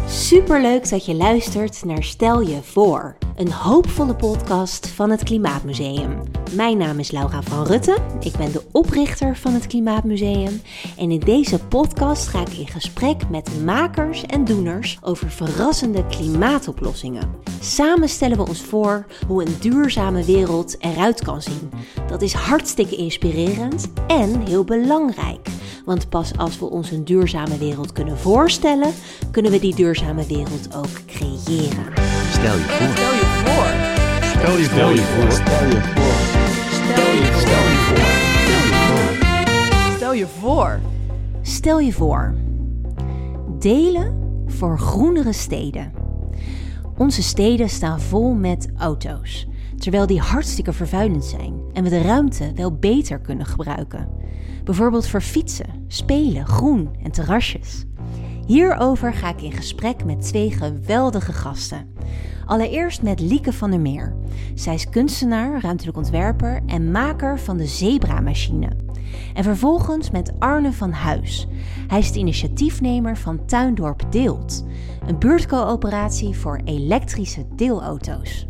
Superleuk dat je luistert naar Stel je voor, een hoopvolle podcast van het Klimaatmuseum. Mijn naam is Laura van Rutten, ik ben de oprichter van het Klimaatmuseum en in deze podcast ga ik in gesprek met makers en doeners over verrassende klimaatoplossingen. Samen stellen we ons voor hoe een duurzame wereld eruit kan zien. Dat is hartstikke inspirerend en heel belangrijk. Want pas als we ons een duurzame wereld kunnen voorstellen, kunnen we die duurzame wereld ook creëren. Stel je voor. Stel je voor. Stel je voor. Stel je voor. Stel je voor. Stel je voor. Stel je voor. Delen voor groenere steden. Onze steden staan vol met auto's, terwijl die hartstikke vervuilend zijn en we de ruimte wel beter kunnen gebruiken. Bijvoorbeeld voor fietsen, spelen, groen en terrasjes. Hierover ga ik in gesprek met twee geweldige gasten. Allereerst met Lieke van der Meer. Zij is kunstenaar, ruimtelijk ontwerper en maker van de Zebra-machine. En vervolgens met Arne van Huis. Hij is de initiatiefnemer van Tuindorp Deelt, een buurtcoöperatie voor elektrische deelauto's.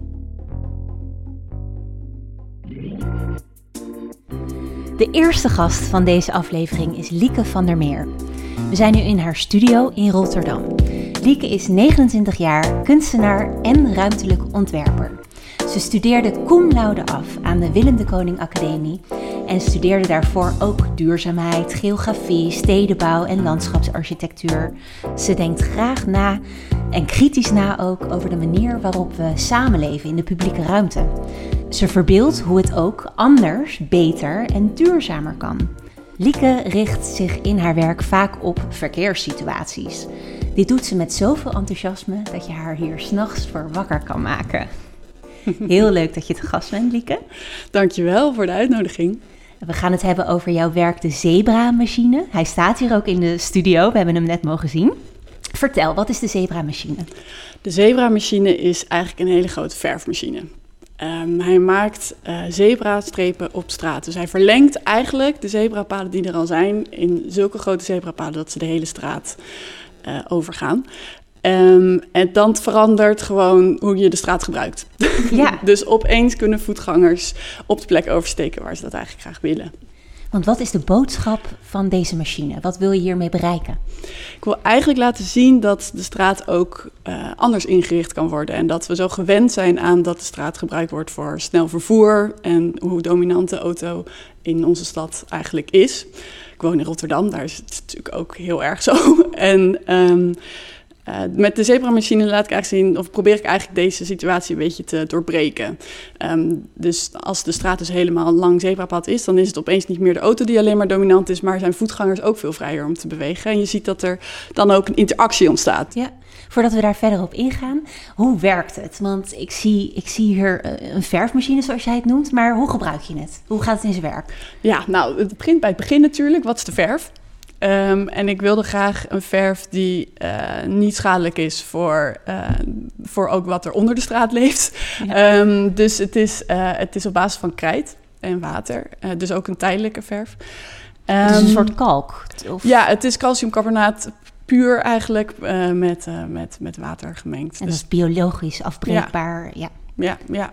De eerste gast van deze aflevering is Lieke van der Meer. We zijn nu in haar studio in Rotterdam. Lieke is 29 jaar, kunstenaar en ruimtelijk ontwerper. Ze studeerde cum laude af aan de Willem de Koning Academie en studeerde daarvoor ook duurzaamheid, geografie, stedenbouw en landschapsarchitectuur. Ze denkt graag na en kritisch na ook over de manier waarop we samenleven in de publieke ruimte. Ze verbeeldt hoe het ook anders, beter en duurzamer kan. Lieke richt zich in haar werk vaak op verkeerssituaties. Dit doet ze met zoveel enthousiasme dat je haar hier 's nachts voor wakker kan maken. Heel leuk dat je te gast bent, Lieke. Dankjewel voor de uitnodiging. We gaan het hebben over jouw werk, de Zebra-machine. Hij staat hier ook in de studio, we hebben hem net mogen zien. Vertel, wat is de Zebra-machine? De Zebra-machine is eigenlijk een hele grote verfmachine. Hij maakt zebrastrepen op straat. Dus hij verlengt eigenlijk de zebrapaden die er al zijn in zulke grote zebrapaden dat ze de hele straat overgaan. En dan verandert gewoon hoe je de straat gebruikt. Ja. Dus opeens kunnen voetgangers op de plek oversteken waar ze dat eigenlijk graag willen. Want wat is de boodschap van deze machine? Wat wil je hiermee bereiken? Ik wil eigenlijk laten zien dat de straat ook anders ingericht kan worden. En dat we zo gewend zijn aan dat de straat gebruikt wordt voor snel vervoer. En hoe dominant de auto in onze stad eigenlijk is. Ik woon in Rotterdam, daar is het natuurlijk ook heel erg zo. En met de Zebra-machine laat ik eigenlijk zien, of probeer ik eigenlijk deze situatie een beetje te doorbreken. Dus als de straat dus helemaal lang zebrapad is, dan is het opeens niet meer de auto die alleen maar dominant is, maar zijn voetgangers ook veel vrijer om te bewegen. En je ziet dat er dan ook een interactie ontstaat. Ja, voordat we daar verder op ingaan, hoe werkt het? Want ik zie hier een verfmachine, zoals jij het noemt, maar hoe gebruik je het? Hoe gaat het in zijn werk? Ja, nou, het begint bij het begin natuurlijk. Wat is de verf? En ik wilde graag een verf die niet schadelijk is voor ook wat er onder de straat leeft. Ja. Dus het is op basis van krijt en water. Dus ook een tijdelijke verf. Het is een soort kalk? Of? Ja, het is calciumcarbonaat puur eigenlijk met water gemengd. En dat is biologisch afbreekbaar. Ja.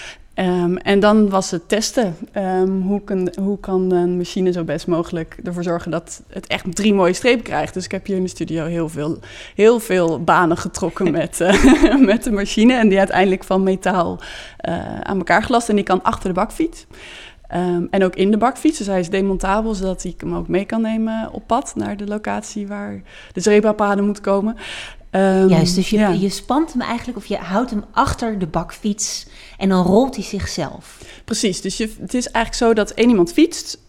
En dan was het testen. Hoe kan een machine zo best mogelijk ervoor zorgen dat het echt 3 mooie strepen krijgt. Dus ik heb hier in de studio heel veel banen getrokken met de machine. En die uiteindelijk van metaal aan elkaar gelast. En die kan achter de bakfiets. En ook in de bakfiets. Dus hij is demontabel, zodat ik hem ook mee kan nemen op pad naar de locatie waar de zebrapaden moeten komen. Juist, dus je spant hem eigenlijk, of je houdt hem achter de bakfiets en dan rolt hij zichzelf. Precies, dus het is eigenlijk zo dat één iemand fietst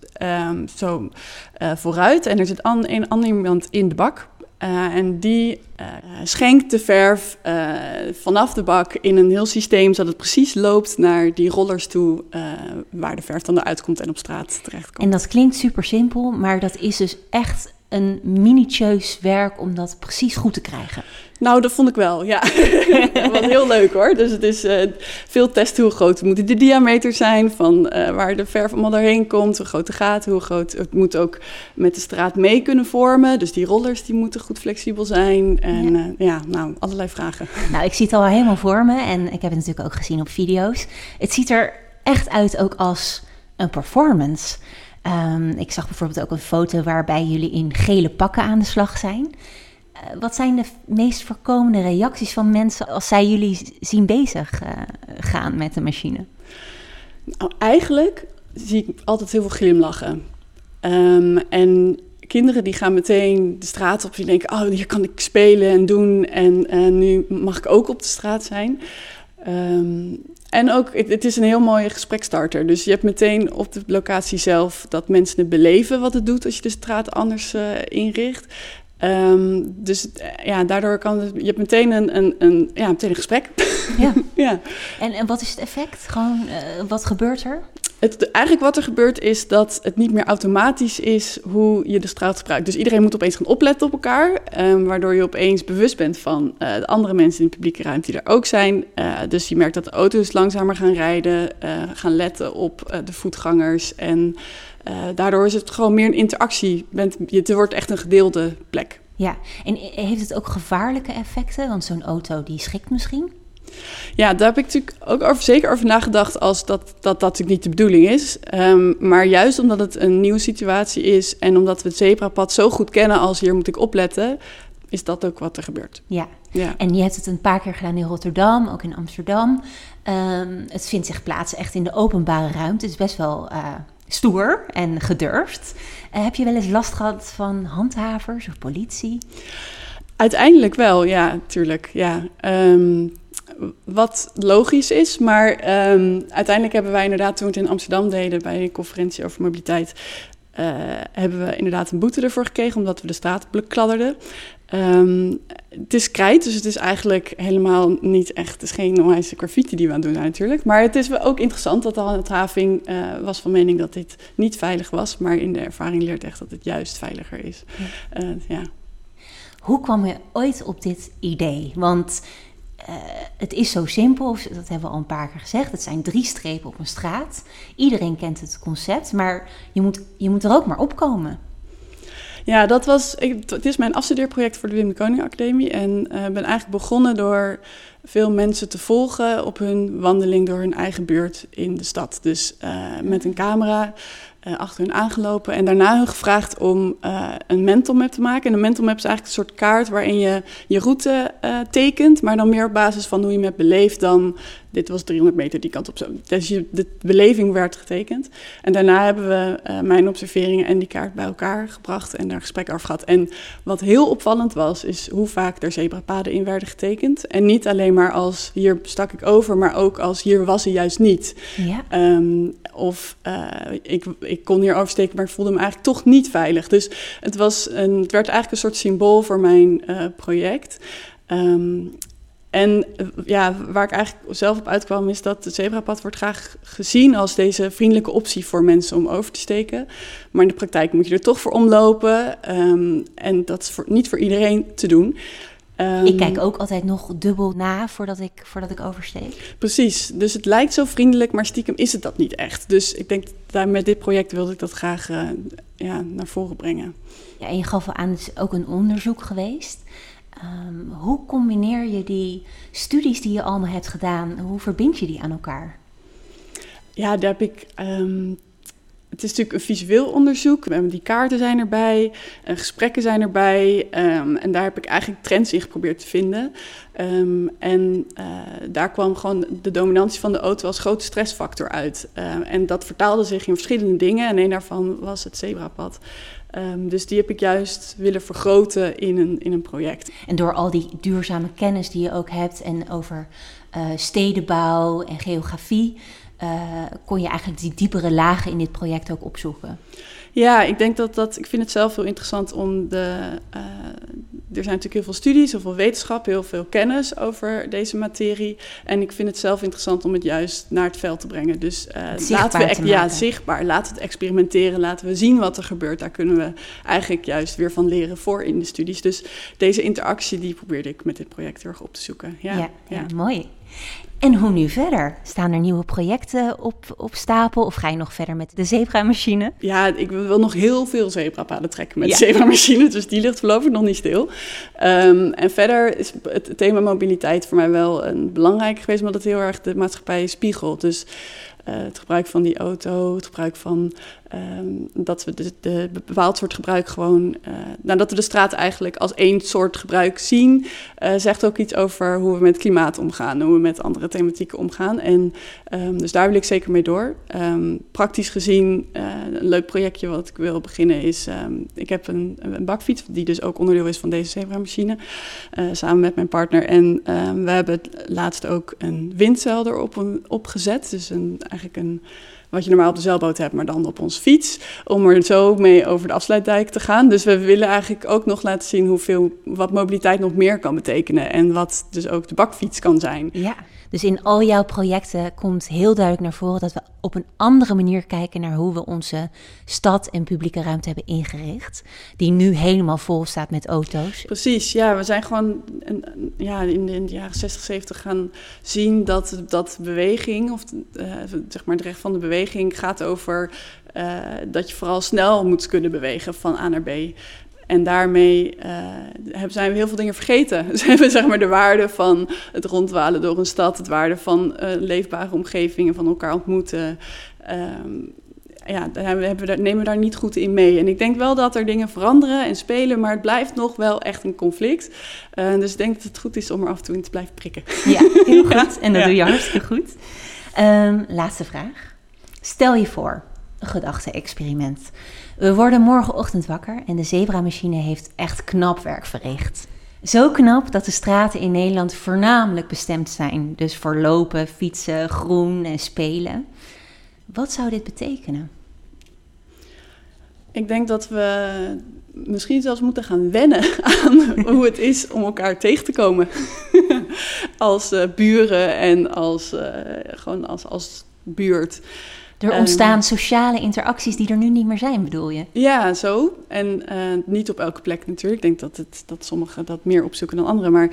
vooruit en er zit een ander iemand in de bak. En die schenkt de verf vanaf de bak in een heel systeem, zodat het precies loopt naar die rollers toe, waar de verf dan eruit komt en op straat terechtkomt. En dat klinkt super simpel, maar dat is dus echt een minutieus werk om dat precies goed te krijgen. Nou, dat vond ik wel, ja. Dat was heel leuk hoor. Dus het is veel testen hoe groot moeten de diameter zijn, van waar de verf allemaal doorheen komt, hoe groot de gaten, hoe groot het moet ook met de straat mee kunnen vormen. Dus die rollers die moeten goed flexibel zijn en allerlei vragen. Nou, ik zie het al helemaal voor me en ik heb het natuurlijk ook gezien op video's. Het ziet er echt uit ook als een performance. Ik zag bijvoorbeeld ook een foto waarbij jullie in gele pakken aan de slag zijn. Wat zijn de meest voorkomende reacties van mensen als zij jullie zien bezig gaan met de machine? Nou, eigenlijk zie ik altijd heel veel glimlachen. En kinderen die gaan meteen de straat op. Die denken, oh, hier kan ik spelen en doen. En nu mag ik ook op de straat zijn. En ook, het is een heel mooie gesprekstarter. Dus je hebt meteen op de locatie zelf dat mensen het beleven wat het doet als je de straat anders inricht. Daardoor je hebt meteen een gesprek. Ja. Ja. En wat is het effect? Gewoon, wat gebeurt er? Eigenlijk wat er gebeurt is dat het niet meer automatisch is hoe je de straat gebruikt. Dus iedereen moet opeens gaan opletten op elkaar, waardoor je opeens bewust bent van de andere mensen in de publieke ruimte die er ook zijn. Dus je merkt dat de auto's langzamer gaan rijden, gaan letten op de voetgangers en daardoor is het gewoon meer een interactie. Het wordt echt een gedeelde plek. Ja, en heeft het ook gevaarlijke effecten? Want zo'n auto die schrikt misschien? Ja, daar heb ik natuurlijk ook zeker over nagedacht als dat natuurlijk niet de bedoeling is. Maar juist omdat het een nieuwe situatie is en omdat we het zebrapad zo goed kennen als hier moet ik opletten, is dat ook wat er gebeurt. Ja. En je hebt het een paar keer gedaan in Rotterdam, ook in Amsterdam. Het vindt zich plaats echt in de openbare ruimte. Het is best wel stoer en gedurfd. Heb je wel eens last gehad van handhavers of politie? Uiteindelijk wel, ja, tuurlijk. Ja. Wat logisch is, maar uiteindelijk hebben wij inderdaad toen we het in Amsterdam deden bij een conferentie over mobiliteit, hebben we inderdaad een boete ervoor gekregen omdat we de straat kladderden. Het is krijt, dus het is eigenlijk helemaal niet echt, het is geen onwijze graffiti die we aan het doen zijn natuurlijk. Maar het is ook interessant dat de handhaving was van mening dat dit niet veilig was, maar in de ervaring leert echt dat het juist veiliger is. Ja. Hoe kwam je ooit op dit idee? Want het is zo simpel, dat hebben we al een paar keer gezegd. Het zijn 3 strepen op een straat. Iedereen kent het concept, maar je moet er ook maar opkomen. Ja, het is mijn afstudeerproject voor de Wim de Koning Academie. En ben eigenlijk begonnen door veel mensen te volgen op hun wandeling door hun eigen buurt in de stad. Dus met een camera achter hun aangelopen en daarna hun gevraagd om een mental map te maken. En een mental map is eigenlijk een soort kaart waarin je je route tekent, maar dan meer op basis van hoe je hem hebt beleefd dan dit was 300 meter die kant op zo. Dus de beleving werd getekend. En daarna hebben we mijn observeringen en die kaart bij elkaar gebracht en daar gesprek over gehad. En wat heel opvallend was, is hoe vaak er zebrapaden in werden getekend. En niet alleen maar als hier stak ik over, maar ook als hier was hij juist niet. Ja. Ik kon hier oversteken, maar ik voelde me eigenlijk toch niet veilig. Dus het werd eigenlijk een soort symbool voor mijn project. En waar ik eigenlijk zelf op uitkwam is dat het zebrapad wordt graag gezien als deze vriendelijke optie voor mensen om over te steken. Maar in de praktijk moet je er toch voor omlopen en dat is niet voor iedereen te doen. Ik kijk ook altijd nog dubbel na voordat ik oversteek. Precies, dus het lijkt zo vriendelijk, maar stiekem is het dat niet echt. Dus ik denk dat met dit project wilde ik dat graag naar voren brengen. Ja, en je gaf al aan, het is ook een onderzoek geweest. Hoe combineer je die studies die je allemaal hebt gedaan, hoe verbind je die aan elkaar? Ja, daar heb ik... Het is natuurlijk een visueel onderzoek. Die kaarten zijn erbij, gesprekken zijn erbij. En daar heb ik eigenlijk trends in geprobeerd te vinden. Daar kwam gewoon de dominantie van de auto als grote stressfactor uit. En dat vertaalde zich in verschillende dingen. En een daarvan was het zebrapad. Dus die heb ik juist willen vergroten in een project. En door al die duurzame kennis die je ook hebt en over stedenbouw en geografie, kon je eigenlijk die diepere lagen in dit project ook opzoeken? Ja, ik denk ik vind het zelf heel interessant om er zijn natuurlijk heel veel studies, heel veel wetenschap, heel veel kennis over deze materie. En ik vind het zelf interessant om het juist naar het veld te brengen. Dus zichtbaar. Laten we het experimenteren, laten we zien wat er gebeurt. Daar kunnen we eigenlijk juist weer van leren voor in de studies. Dus deze interactie, die probeerde ik met dit project heel erg op te zoeken. Ja, mooi. En hoe nu verder? Staan er nieuwe projecten op stapel of ga je nog verder met de zebramachine? Ja, ik wil nog heel veel zebrapaden trekken met de zebramachine, dus die ligt voorlopig nog niet stil. En verder is het thema mobiliteit voor mij wel belangrijk geweest, omdat het heel erg de maatschappij spiegelt. Dus het gebruik van die auto, het gebruik van dat we de bepaald soort gebruik gewoon... dat we de straat eigenlijk als één soort gebruik zien, zegt ook iets over hoe we met klimaat omgaan, hoe we met andere thematieken omgaan. En dus daar wil ik zeker mee door. Praktisch gezien, een leuk projectje wat ik wil beginnen is... ik heb een bakfiets, die dus ook onderdeel is van deze zebramachine, samen met mijn partner. En we hebben laatst ook een windzeil erop opgezet. Dus eigenlijk een wat je normaal op de zeilboot hebt, maar dan op ons fiets, om er zo mee over de afsluitdijk te gaan. Dus we willen eigenlijk ook nog laten zien wat mobiliteit nog meer kan betekenen en wat dus ook de bakfiets kan zijn. Ja, dus in al jouw projecten komt heel duidelijk naar voren dat we op een andere manier kijken naar hoe we onze stad en publieke ruimte hebben ingericht, die nu helemaal vol staat met auto's. Precies, ja, we zijn gewoon in de jaren 60, 70 gaan zien dat beweging, of zeg maar het recht van de beweging gaat over dat je vooral snel moet kunnen bewegen van A naar B. En daarmee zijn we heel veel dingen vergeten. Dus we hebben zeg maar de waarde van het rondwalen door een stad, het waarde van leefbare omgevingen, van elkaar ontmoeten. Nemen we daar niet goed in mee. En ik denk wel dat er dingen veranderen en spelen, maar het blijft nog wel echt een conflict. Dus ik denk dat het goed is om er af en toe in te blijven prikken. Ja, heel goed. En dat doe je hartstikke goed. Laatste vraag. Stel je voor, een gedachte-experiment. We worden morgenochtend wakker en de zebramachine heeft echt knap werk verricht. Zo knap dat de straten in Nederland voornamelijk bestemd zijn. Dus voor lopen, fietsen, groen en spelen. Wat zou dit betekenen? Ik denk dat we misschien zelfs moeten gaan wennen aan hoe het is om elkaar tegen te komen. Als buren en als buurt. Er ontstaan sociale interacties die er nu niet meer zijn, bedoel je? Ja, zo. En niet op elke plek natuurlijk. Ik denk dat sommigen dat meer opzoeken dan anderen. Maar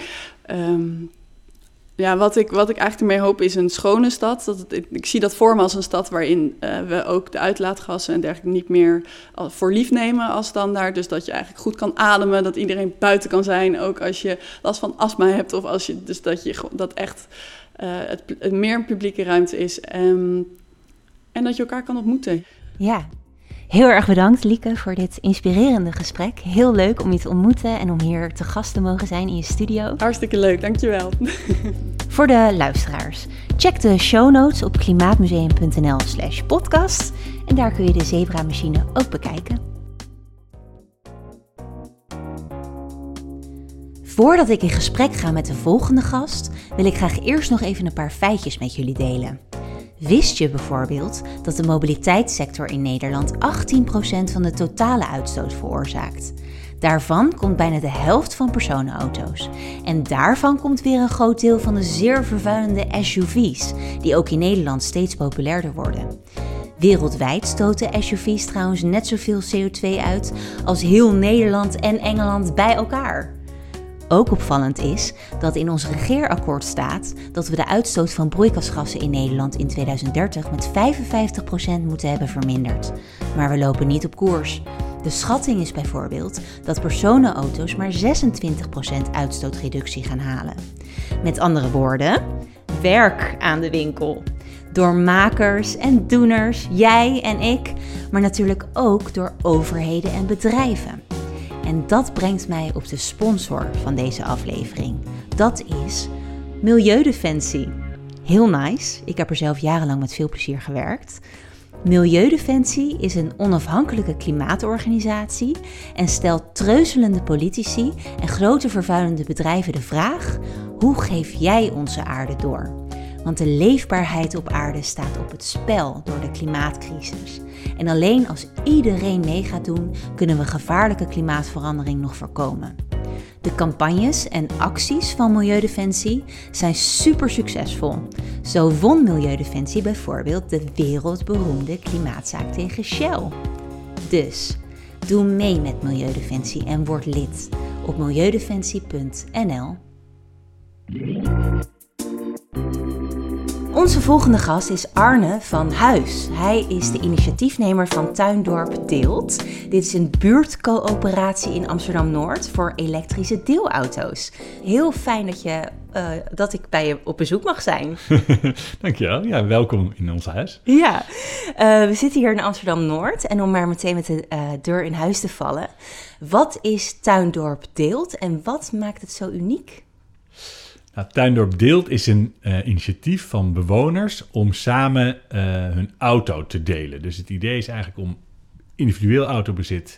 wat ik eigenlijk ermee hoop is een schone stad. Ik zie dat voor me als een stad waarin we ook de uitlaatgassen en dergelijke niet meer voor lief nemen als standaard. Dus dat je eigenlijk goed kan ademen, dat iedereen buiten kan zijn. Ook als je last van astma hebt of als je... Dus dat echt het meer een publieke ruimte is. En dat je elkaar kan ontmoeten. Ja, heel erg bedankt Lieke voor dit inspirerende gesprek. Heel leuk om je te ontmoeten en om hier te gast te mogen zijn in je studio. Hartstikke leuk, dankjewel. Voor de luisteraars, check de show notes op klimaatmuseum.nl/podcast. En daar kun je de zebramachine ook bekijken. Voordat ik in gesprek ga met de volgende gast, wil ik graag eerst nog even een paar feitjes met jullie delen. Wist je bijvoorbeeld dat de mobiliteitssector in Nederland 18% van de totale uitstoot veroorzaakt? Daarvan komt bijna de helft van personenauto's. En daarvan komt weer een groot deel van de zeer vervuilende SUV's, die ook in Nederland steeds populairder worden. Wereldwijd stoten SUV's trouwens net zoveel CO2 uit als heel Nederland en Engeland bij elkaar. Ook opvallend is dat in ons regeerakkoord staat dat we de uitstoot van broeikasgassen in Nederland in 2030 met 55% moeten hebben verminderd. Maar we lopen niet op koers. De schatting is bijvoorbeeld dat personenauto's maar 26% uitstootreductie gaan halen. Met andere woorden, werk aan de winkel. Door makers en doeners, jij en ik, maar natuurlijk ook door overheden en bedrijven. En dat brengt mij op de sponsor van deze aflevering. Dat is Milieudefensie. Heel nice, ik heb er zelf jarenlang met veel plezier gewerkt. Milieudefensie is een onafhankelijke klimaatorganisatie en stelt treuzelende politici en grote vervuilende bedrijven de vraag: hoe geef jij onze aarde door? Want de leefbaarheid op aarde staat op het spel door de klimaatcrisis. En alleen als iedereen mee gaat doen, kunnen we gevaarlijke klimaatverandering nog voorkomen. De campagnes en acties van Milieudefensie zijn super succesvol. Zo won Milieudefensie bijvoorbeeld de wereldberoemde klimaatzaak tegen Shell. Dus doe mee met Milieudefensie en word lid op milieudefensie.nl. Onze volgende gast is Arne van Huis. Hij is de initiatiefnemer van Tuindorp Deelt. Dit is een buurtcoöperatie in Amsterdam-Noord voor elektrische deelauto's. Heel fijn dat ik bij je op bezoek mag zijn. Dankjewel. Ja, welkom in ons huis. Ja, we zitten hier in Amsterdam-Noord en om maar meteen met de deur in huis te vallen. Wat is Tuindorp Deelt en wat maakt het zo uniek? Nou, Tuindorp Deelt is een initiatief van bewoners om samen hun auto te delen. Dus het idee is eigenlijk om individueel autobezit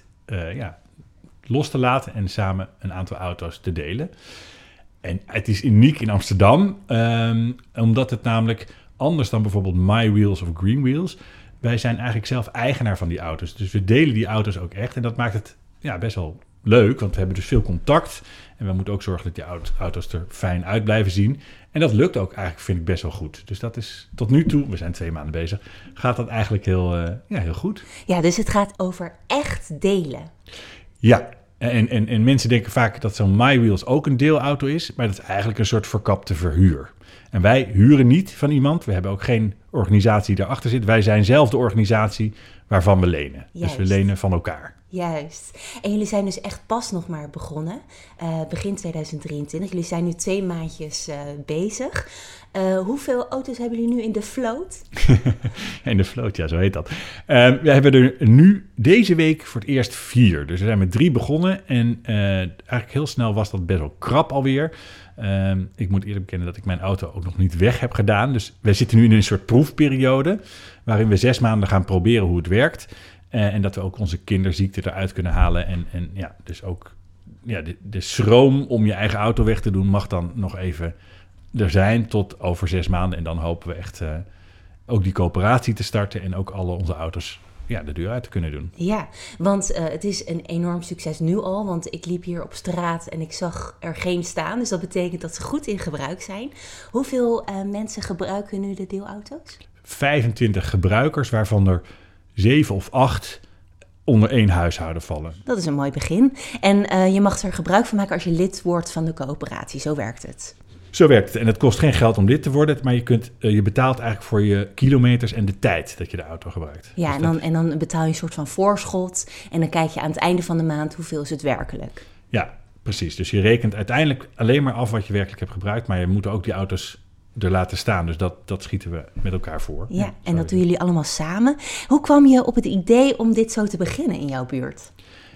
los te laten en samen een aantal auto's te delen. En het is uniek in Amsterdam, omdat het namelijk anders dan bijvoorbeeld My Wheels of Green Wheels. Wij zijn eigenlijk zelf eigenaar van die auto's. Dus we delen die auto's ook echt en dat maakt het best wel leuk, want we hebben dus veel contact. En we moeten ook zorgen dat die auto's er fijn uit blijven zien. En dat lukt ook eigenlijk, vind ik, best wel goed. Dus dat is tot nu toe, we zijn 2 maanden bezig, gaat dat eigenlijk heel goed. Ja, dus het gaat over echt delen. Ja, en mensen denken vaak dat zo'n My Wheels ook een deelauto is, maar dat is eigenlijk een soort verkapte verhuur. En wij huren niet van iemand, we hebben ook geen organisatie die daarachter zit. Wij zijn zelf de organisatie waarvan we lenen. Juist. Dus we lenen van elkaar. Juist. En jullie zijn dus echt pas nog maar begonnen, begin 2023. Jullie zijn nu 2 maandjes bezig. Hoeveel auto's hebben jullie nu in de vloot? In de vloot, ja, zo heet dat. We hebben er nu deze week voor het eerst 4. Dus we zijn met 3 begonnen en eigenlijk heel snel was dat best wel krap alweer. Ik moet eerlijk bekennen dat ik mijn auto ook nog niet weg heb gedaan. Dus wij zitten nu in een soort proefperiode waarin we 6 maanden gaan proberen hoe het werkt. En dat we ook onze kinderziekte eruit kunnen halen. En dus ook de schroom om je eigen auto weg te doen mag dan nog even er zijn tot over 6 maanden. En dan hopen we echt ook die coöperatie te starten en ook alle onze auto's de deur uit te kunnen doen. Ja, want het is een enorm succes nu al. Want ik liep hier op straat en ik zag er geen staan. Dus dat betekent dat ze goed in gebruik zijn. Hoeveel mensen gebruiken nu de deelauto's? 25 gebruikers, waarvan er 7 of 8 onder 1 huishouden vallen. Dat is een mooi begin. En je mag er gebruik van maken als je lid wordt van de coöperatie. Zo werkt het. Zo werkt het. En het kost geen geld om lid te worden, maar je betaalt eigenlijk voor je kilometers en de tijd dat je de auto gebruikt. Ja, dus en dan betaal je een soort van voorschot en dan kijk je aan het einde van de maand hoeveel is het werkelijk. Ja, precies. Dus je rekent uiteindelijk alleen maar af wat je werkelijk hebt gebruikt, maar je moet ook die auto's er laten staan. Dus dat schieten we met elkaar voor. Ja, en dat doen jullie allemaal samen. Hoe kwam je op het idee om dit zo te beginnen in jouw buurt?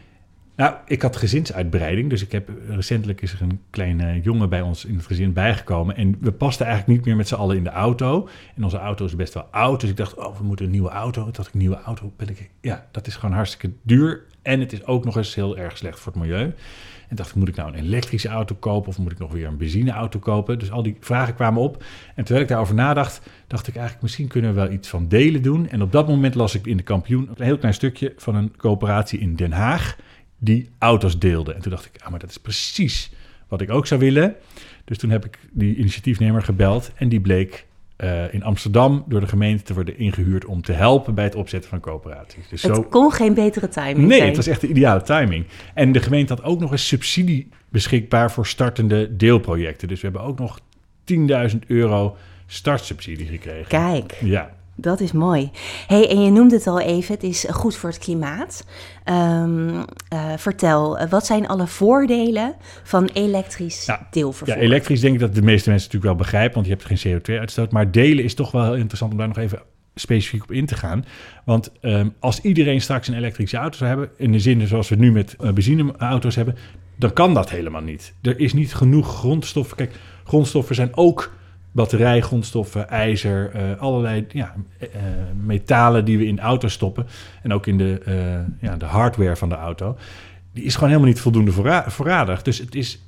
Nou, ik had gezinsuitbreiding, dus recentelijk is er een kleine jongen bij ons in het gezin bijgekomen en we pasten eigenlijk niet meer met z'n allen in de auto. En onze auto is best wel oud, dus ik dacht, we moeten een nieuwe auto. Toen dacht ik, een nieuwe auto, dat is gewoon hartstikke duur en het is ook nog eens heel erg slecht voor het milieu. En dacht ik, moet ik nou een elektrische auto kopen of moet ik nog weer een benzineauto kopen? Dus al die vragen kwamen op. En terwijl ik daarover nadacht, dacht ik eigenlijk, misschien kunnen we wel iets van delen doen. En op dat moment las ik in de Kampioen een heel klein stukje van een coöperatie in Den Haag die auto's deelde. En toen dacht ik, maar dat is precies wat ik ook zou willen. Dus toen heb ik die initiatiefnemer gebeld en die bleek in Amsterdam door de gemeente te worden ingehuurd om te helpen bij het opzetten van coöperaties. Dus het kon geen betere timing zijn. Nee, het was echt de ideale timing. En de gemeente had ook nog eens subsidie beschikbaar voor startende deelprojecten. Dus we hebben ook nog €10.000 startsubsidie gekregen. Kijk. Ja. Dat is mooi. Hey, en je noemde het al even, het is goed voor het klimaat. Vertel, wat zijn alle voordelen van elektrisch deelvervoer? Ja, elektrisch denk ik dat de meeste mensen natuurlijk wel begrijpen, want je hebt geen CO2-uitstoot. Maar delen is toch wel heel interessant om daar nog even specifiek op in te gaan. Want als iedereen straks een elektrische auto zou hebben, in de zin zoals we nu met benzineauto's hebben, dan kan dat helemaal niet. Er is niet genoeg grondstoffen. Kijk, grondstoffen zijn ook batterijgrondstoffen, ijzer, allerlei metalen die we in auto's stoppen. En ook in de hardware van de auto. Die is gewoon helemaal niet voldoende voorradig. Dus het is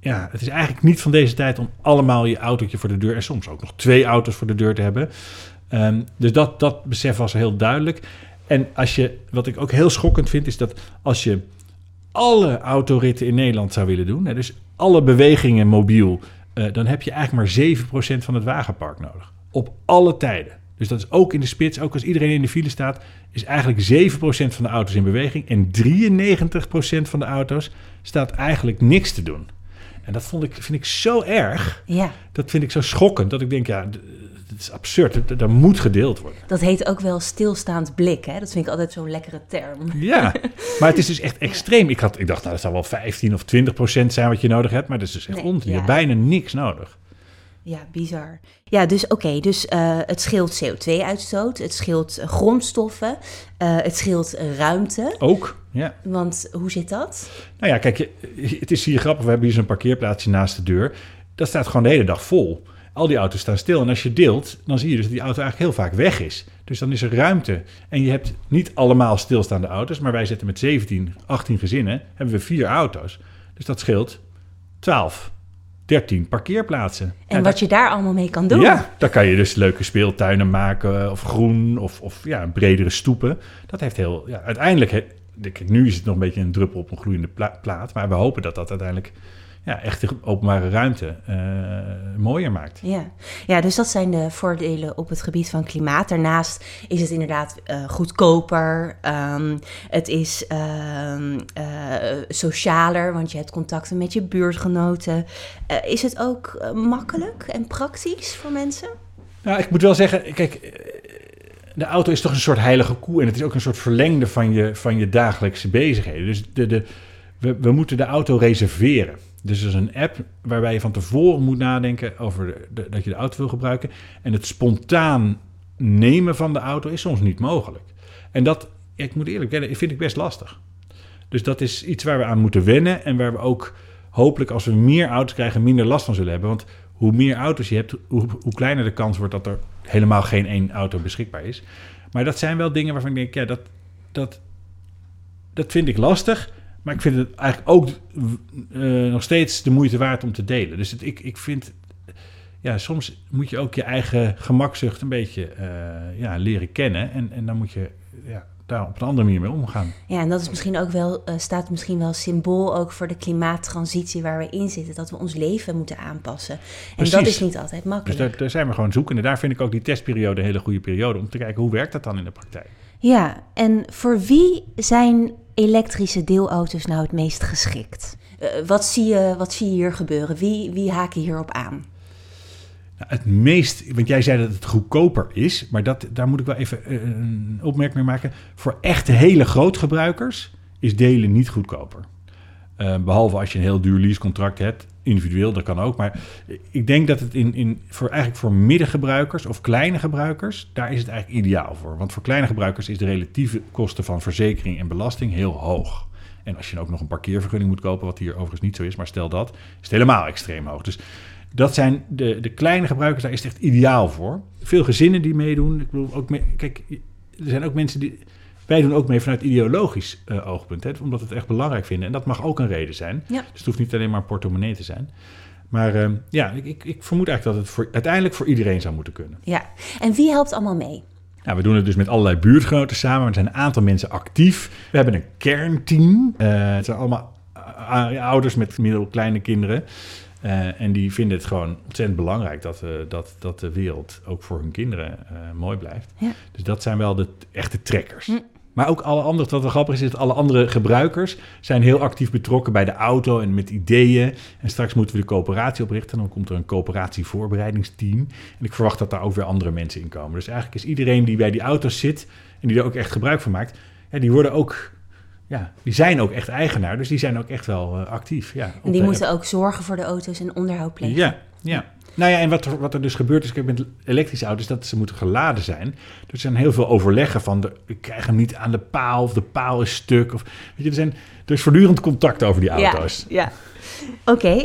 het is eigenlijk niet van deze tijd om allemaal je autootje voor de deur... en soms ook nog 2 auto's voor de deur te hebben. Dus dat besef was heel duidelijk. En wat ik ook heel schokkend vind, is dat als je alle autoritten in Nederland zou willen doen... dus alle bewegingen mobiel... dan heb je eigenlijk maar 7% van het wagenpark nodig. Op alle tijden. Dus dat is ook in de spits, ook als iedereen in de file staat... is eigenlijk 7% van de auto's in beweging... en 93% van de auto's staat eigenlijk niks te doen. En dat vind ik zo erg. Ja. Dat vind ik zo schokkend. Dat ik denk, het is absurd. Dat moet gedeeld worden. Dat heet ook wel stilstaand blik. Hè? Dat vind ik altijd zo'n lekkere term. Ja, maar het is dus echt extreem. Ik dacht, dat zou wel 15 of 20% zijn wat je nodig hebt. Maar dat is dus echt onzin. Je hebt bijna niks nodig. Ja, bizar. Ja, dus het scheelt CO2-uitstoot, het scheelt grondstoffen, het scheelt ruimte. Ook, ja. Want hoe zit dat? Nou ja, kijk, het is hier grappig. We hebben hier zo'n parkeerplaatsje naast de deur. Dat staat gewoon de hele dag vol. Al die auto's staan stil. En als je deelt, dan zie je dus dat die auto eigenlijk heel vaak weg is. Dus dan is er ruimte. En je hebt niet allemaal stilstaande auto's, maar wij zitten met 17, 18 gezinnen, hebben we 4 auto's. Dus dat scheelt 12. 13 parkeerplaatsen. En wat je daar allemaal mee kan doen. Ja, daar kan je dus leuke speeltuinen maken of groen of bredere stoepen. Dat heeft uiteindelijk, nu is het nog een beetje een druppel op een gloeiende plaat, maar we hopen dat uiteindelijk echt de openbare ruimte mooier maakt. Ja, dus dat zijn de voordelen op het gebied van klimaat. Daarnaast is het inderdaad goedkoper. Het is socialer, want je hebt contacten met je buurtgenoten. Is het ook makkelijk en praktisch voor mensen? Nou, ik moet wel zeggen, kijk, de auto is toch een soort heilige koe en het is ook een soort verlengde van je dagelijkse bezigheden. Dus we moeten de auto reserveren. Dus er is een app waarbij je van tevoren moet nadenken over dat je de auto wil gebruiken. En het spontaan nemen van de auto is soms niet mogelijk. En dat, ik moet eerlijk zeggen, vind ik best lastig. Dus dat is iets waar we aan moeten wennen en waar we ook hopelijk als we meer auto's krijgen minder last van zullen hebben. Want hoe meer auto's je hebt, hoe kleiner de kans wordt dat er helemaal geen 1 auto beschikbaar is. Maar dat zijn wel dingen waarvan ik denk, dat vind ik lastig. Maar ik vind het eigenlijk ook nog steeds de moeite waard om te delen. Dus ik vind, soms moet je ook je eigen gemakzucht een beetje leren kennen. En dan moet je daar op een andere manier mee omgaan. Ja, en dat is misschien ook wel, staat misschien wel symbool ook voor de klimaattransitie waar we in zitten. Dat we ons leven moeten aanpassen. En precies. Dat is niet altijd makkelijk. Dus daar zijn we gewoon zoekende. Daar vind ik ook die testperiode een hele goede periode om te kijken hoe werkt dat dan in de praktijk. Ja, en voor wie zijn elektrische deelauto's nou het meest geschikt? Wat zie je hier gebeuren? Wie haken hierop aan? Nou, het meest, want jij zei dat het goedkoper is, maar daar moet ik wel even een opmerking mee maken. Voor echte hele grootgebruikers is delen niet goedkoper. Behalve als je een heel duur leasecontract hebt, individueel, dat kan ook. Maar ik denk dat het voor middengebruikers of kleine gebruikers, daar is het eigenlijk ideaal voor. Want voor kleine gebruikers is de relatieve kosten van verzekering en belasting heel hoog. En als je ook nog een parkeervergunning moet kopen, wat hier overigens niet zo is, maar stel dat, is het helemaal extreem hoog. Dus dat zijn de kleine gebruikers, daar is het echt ideaal voor. Veel gezinnen die meedoen. Ik bedoel, kijk, er zijn ook mensen die... Wij doen ook mee vanuit ideologisch oogpunt, hè, omdat we het echt belangrijk vinden. En dat mag ook een reden zijn. Ja. Dus het hoeft niet alleen maar portemonnee te zijn. Maar ik vermoed eigenlijk dat het uiteindelijk voor iedereen zou moeten kunnen. Ja, en wie helpt allemaal mee? Nou, we doen het dus met allerlei buurtgenoten samen. Er zijn een aantal mensen actief. We hebben een kernteam. Het zijn allemaal ouders met middelkleine kinderen. En die vinden het gewoon ontzettend belangrijk dat de wereld ook voor hun kinderen mooi blijft. Ja. Dus dat zijn wel de echte trekkers. Maar ook alle andere, wat wel grappig is dat alle andere gebruikers zijn heel actief betrokken bij de auto en met ideeën. En straks moeten we de coöperatie oprichten. Dan komt er een coöperatievoorbereidingsteam. En ik verwacht dat daar ook weer andere mensen in komen. Dus eigenlijk is iedereen die bij die auto's zit en die er ook echt gebruik van maakt, die worden ook... Ja, die zijn ook echt eigenaar, dus die zijn ook echt wel actief. Ja, en die moeten ook zorgen voor de auto's en onderhoud plegen. Ja. Nou ja, en wat er dus gebeurt is met elektrische auto's, dat ze moeten geladen zijn. Dus er zijn heel veel overleggen van, ik krijg hem niet aan de paal of de paal is stuk. Of, weet je, er is voortdurend contact over die auto's. Ja. Oké,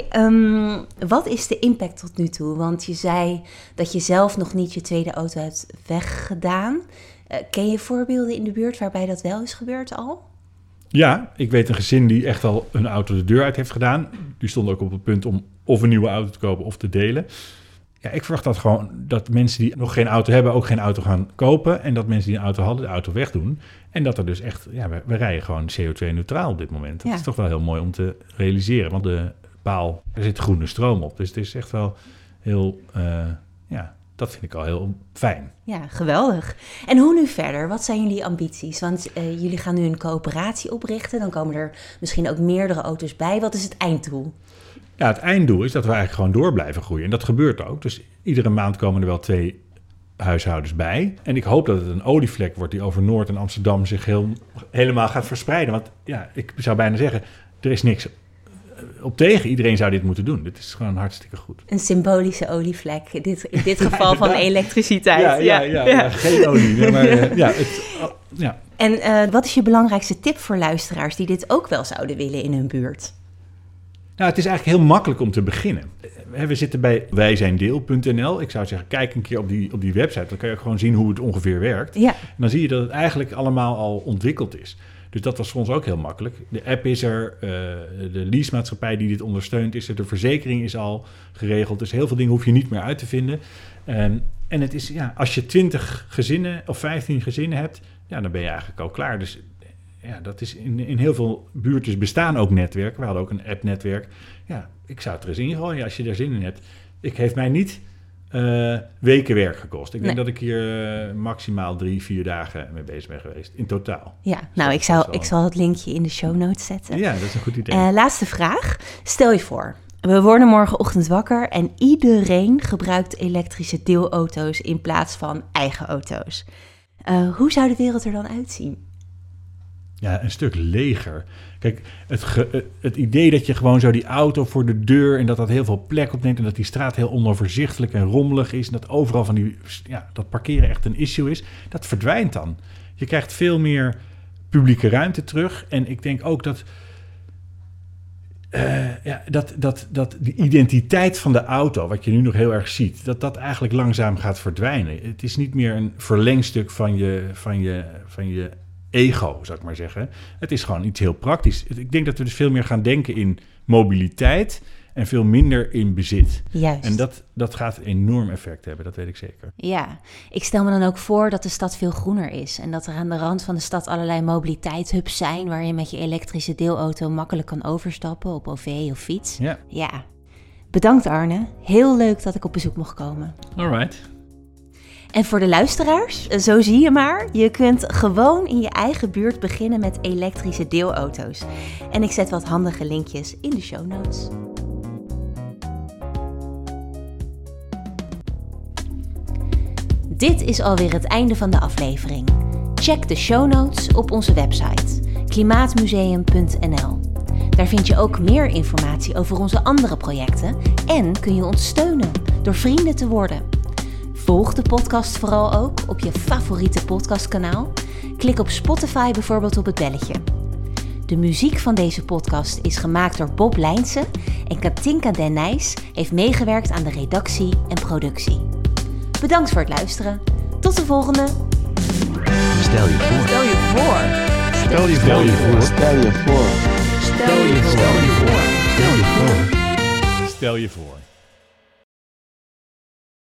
wat is de impact tot nu toe? Want je zei dat je zelf nog niet je tweede auto hebt weggedaan. Ken je voorbeelden in de buurt waarbij dat wel is gebeurd al? Ja, ik weet een gezin die echt al hun auto de deur uit heeft gedaan. Die stond ook op het punt om of een nieuwe auto te kopen of te delen. Ja, ik verwacht dat gewoon dat mensen die nog geen auto hebben ook geen auto gaan kopen. En dat mensen die een auto hadden de auto wegdoen. En dat er dus echt, we rijden gewoon CO2-neutraal op dit moment. Dat is toch wel heel mooi om te realiseren. Want de paal, er zit groene stroom op. Dus het is echt wel heel, dat vind ik al heel fijn. Ja, geweldig. En hoe nu verder? Wat zijn jullie ambities? Want jullie gaan nu een coöperatie oprichten. Dan komen er misschien ook meerdere auto's bij. Wat is het einddoel? Ja, het einddoel is dat we eigenlijk gewoon door blijven groeien. En dat gebeurt ook. Dus iedere maand komen er wel 2 huishoudens bij. En ik hoop dat het een olievlek wordt die over Noord en Amsterdam zich helemaal gaat verspreiden. Want ja, ik zou bijna zeggen, er is niks op tegen. Iedereen zou dit moeten doen. Dit is gewoon hartstikke goed. Een symbolische olievlek. In dit geval van elektriciteit. Ja, geen olie. Nee, maar, En wat is je belangrijkste tip voor luisteraars die dit ook wel zouden willen in hun buurt? Nou, het is eigenlijk heel makkelijk om te beginnen. We zitten bij wijzijndeel.nl. Ik zou zeggen, kijk een keer op die website. Dan kan je ook gewoon zien hoe het ongeveer werkt. Ja. En dan zie je dat het eigenlijk allemaal al ontwikkeld is. Dus dat was voor ons ook heel makkelijk. De app is er, de leasemaatschappij die dit ondersteunt is er, de verzekering is al geregeld. Dus heel veel dingen hoef je niet meer uit te vinden. En het is, als je 20 gezinnen of 15 gezinnen hebt, dan ben je eigenlijk al klaar. Dus ja, dat is in heel veel buurten bestaan ook netwerken. We hadden ook een app-netwerk. Ja, ik zou het er eens ingooien als je daar zin in hebt. Het heeft mij niet weken werk gekost. Ik denk dat ik hier maximaal 3-4 dagen mee bezig ben geweest. In totaal. Ja, nou, ik zal het linkje in de show notes zetten. Ja, dat is een goed idee. Laatste vraag. Stel je voor, we worden morgenochtend wakker en iedereen gebruikt elektrische deelauto's in plaats van eigen auto's. Hoe zou de wereld er dan uitzien? Ja, een stuk leger. Kijk, het idee dat je gewoon zo die auto voor de deur en dat heel veel plek opneemt en dat die straat heel onoverzichtelijk en rommelig is en dat overal van dat parkeren echt een issue is, dat verdwijnt dan. Je krijgt veel meer publieke ruimte terug en ik denk ook dat dat de identiteit van de auto, wat je nu nog heel erg ziet, dat eigenlijk langzaam gaat verdwijnen. Het is niet meer een verlengstuk van je ego, zou ik maar zeggen. Het is gewoon iets heel praktisch. Ik denk dat we dus veel meer gaan denken in mobiliteit en veel minder in bezit. Juist. En dat gaat een enorm effect hebben, dat weet ik zeker. Ja, ik stel me dan ook voor dat de stad veel groener is en dat er aan de rand van de stad allerlei mobiliteitshubs zijn waar je met je elektrische deelauto makkelijk kan overstappen op OV of fiets. Ja. Bedankt Arne. Heel leuk dat ik op bezoek mocht komen. Alright. En voor de luisteraars, zo zie je maar, je kunt gewoon in je eigen buurt beginnen met elektrische deelauto's. En ik zet wat handige linkjes in de show notes. Dit is alweer het einde van de aflevering. Check de show notes op onze website klimaatmuseum.nl. Daar vind je ook meer informatie over onze andere projecten en kun je ons steunen door vrienden te worden. Volg de podcast vooral ook op je favoriete podcastkanaal. Klik op Spotify bijvoorbeeld op het belletje. De muziek van deze podcast is gemaakt door Bob Lijnsen en Katinka Den Nijs heeft meegewerkt aan de redactie en productie. Bedankt voor het luisteren. Tot de volgende. Stel je voor. Stel je voor. Stel je voor. Stel je voor. Stel je voor. Stel je voor. Stel je voor.